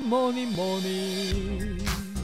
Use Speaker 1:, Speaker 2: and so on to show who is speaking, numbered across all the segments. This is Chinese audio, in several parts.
Speaker 1: morning, morning.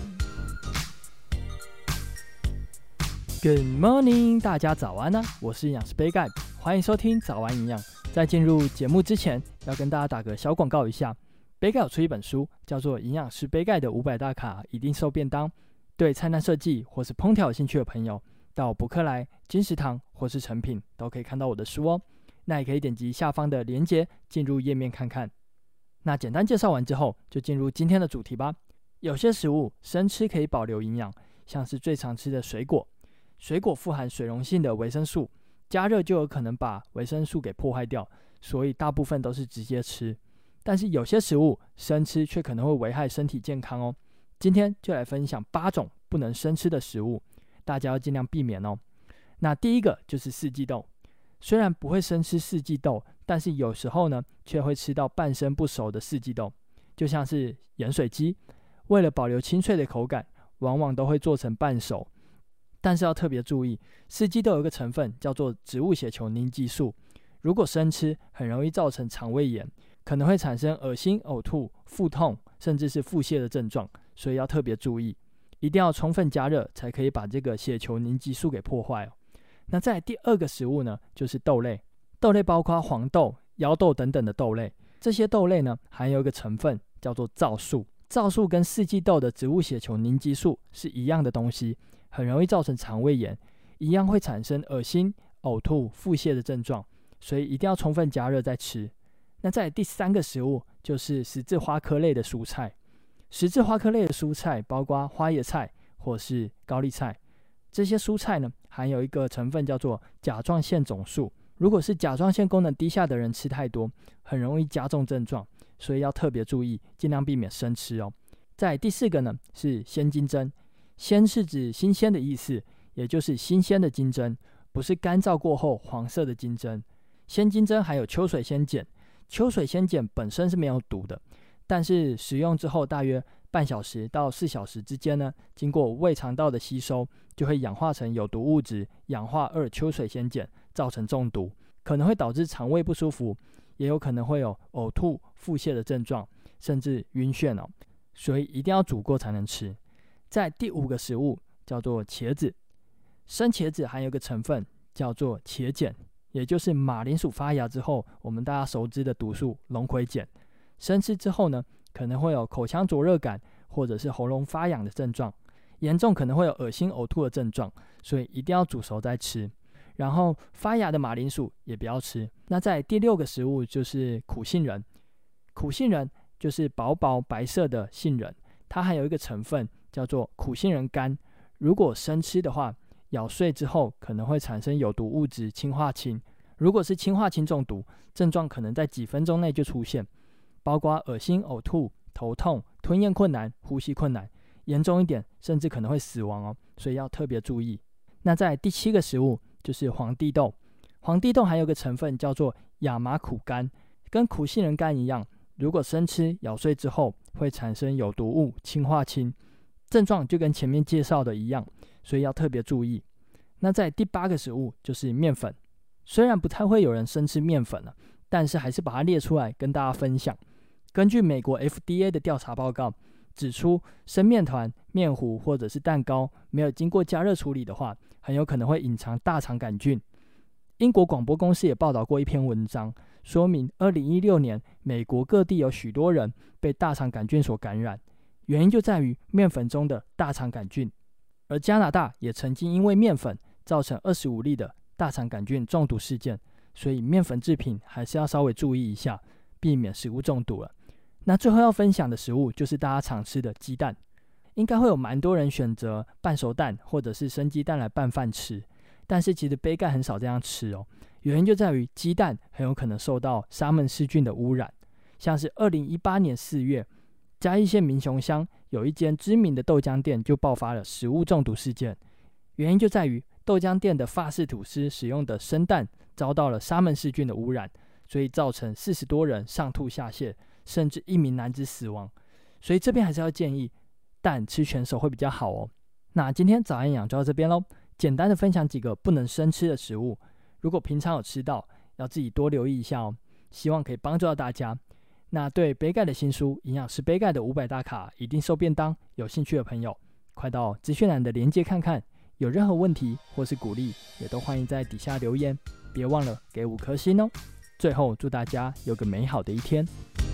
Speaker 1: Good morning， 大家早安啊！我是营养师杯盖，欢迎收听早安营养。在进入节目之前，要跟大家打个小广告一下。杯盖有出一本书，叫做《营养师杯盖的500大卡一定瘦便当》。对菜单设计或是烹调有兴趣的朋友，到博客来、金石堂或是诚品都可以看到我的书哦。那也可以点击下方的连结进入页面看看。那简单介绍完之后，就进入今天的主题吧。有些食物生吃可以保留营养，像是最常吃的水果。水果富含水溶性的维生素，加热就有可能把维生素给破坏掉，所以大部分都是直接吃。但是有些食物生吃却可能会危害身体健康哦。今天就来分享8种不能生吃的食物，大家要尽量避免哦。那第一个就是四季豆，虽然不会生吃四季豆，但是有时候呢，却会吃到半生不熟的四季豆，就像是盐水鸡，为了保留清脆的口感，往往都会做成半熟。但是要特别注意，四季豆有一个成分叫做植物血球凝集素，如果生吃，很容易造成肠胃炎，可能会产生恶心、呕吐、腹痛，甚至是腹泻的症状，所以要特别注意，一定要充分加热，才可以把这个血球凝集素给破坏哦。那再来第二个食物呢，就是豆类。豆类包括黄豆、腰豆等等的豆类，这些豆类呢，含有一个成分叫做皂素。皂素跟四季豆的植物血球凝集素是一样的东西，很容易造成肠胃炎，一样会产生恶心、呕吐、腹泻的症状，所以一定要充分加热再吃。那再来第三个食物就是十字花科类的蔬菜。十字花科类的蔬菜包括花椰菜或是高丽菜，这些蔬菜呢，含有一个成分叫做甲状腺总数。如果是甲状腺功能低下的人吃太多，很容易加重症状，所以要特别注意，尽量避免生吃哦。再来第四个呢是鲜金针。鲜是指新鲜的意思，也就是新鲜的金针，不是干燥过后黄色的金针。鲜金针还有秋水仙碱，秋水仙碱本身是没有毒的，但是食用之后大约半小时到4小时之间呢，经过胃肠道的吸收，就会氧化成有毒物质氧化2秋水仙碱，造成中毒，可能会导致肠胃不舒服，也有可能会有呕吐、腹泻的症状，甚至晕眩哦。所以一定要煮过才能吃。在第5个食物叫做茄子。生茄子含有一个成分叫做茄碱，也就是马铃薯发芽之后我们大家熟知的毒素龙葵碱。生吃之后呢，可能会有口腔灼热感或者是喉咙发痒的症状，严重可能会有恶心呕吐的症状，所以一定要煮熟再吃。然后发芽的马铃薯也不要吃。那在第6个食物就是苦杏仁。苦杏仁就是薄薄白色的杏仁，它还有一个成分叫做苦杏仁苷，如果生吃的话，咬碎之后可能会产生有毒物质氰化氢。如果是氰化氢中毒，症状可能在几分钟内就出现，包括恶心、呕吐、头痛、吞咽困难、呼吸困难，严重一点甚至可能会死亡哦，所以要特别注意。那在第7个食物就是黄地豆。黄地豆还有个成分叫做亚麻苦苷，跟苦杏仁苷一样，如果生吃咬碎之后会产生有毒物氰化氢，症状就跟前面介绍的一样，所以要特别注意。那在第8个食物就是面粉。虽然不太会有人生吃面粉了，但是还是把它列出来跟大家分享。根据美国 FDA 的调查报告指出，生面团、面糊或者是蛋糕没有经过加热处理的话，很有可能会隐藏大肠杆菌。英国广播公司也报道过一篇文章，说明2016年美国各地有许多人被大肠杆菌所感染，原因就在于面粉中的大肠杆菌。而加拿大也曾经因为面粉造成25例的大肠杆菌中毒事件，所以面粉制品还是要稍微注意一下，避免食物中毒了。那最后要分享的食物就是大家常吃的鸡蛋。应该会有蛮多人选择半熟蛋或者是生鸡蛋来拌饭吃，但是其实杯盖很少这样吃哦。原因就在于鸡蛋很有可能受到沙门氏菌的污染。像是2018年4月，嘉义县民雄乡有一间知名的豆浆店就爆发了食物中毒事件，原因就在于豆浆店的法式吐司使用的生蛋遭到了沙门氏菌的污染，所以造成40多人上吐下泻，甚至1名男子死亡。所以这边还是要建议蛋吃全熟会比较好哦。那今天早安营养就到这边咯，简单的分享几个不能生吃的食物，如果平常有吃到，要自己多留意一下哦，希望可以帮助到大家。 那对杯盖的新书《营养师杯盖的500大卡一定瘦便当》有兴趣的朋友，快到资讯栏的连结看看。有任何问题或是鼓励，也都欢迎在底下留言，别忘了给5颗星哦。最后祝大家有个美好的一天。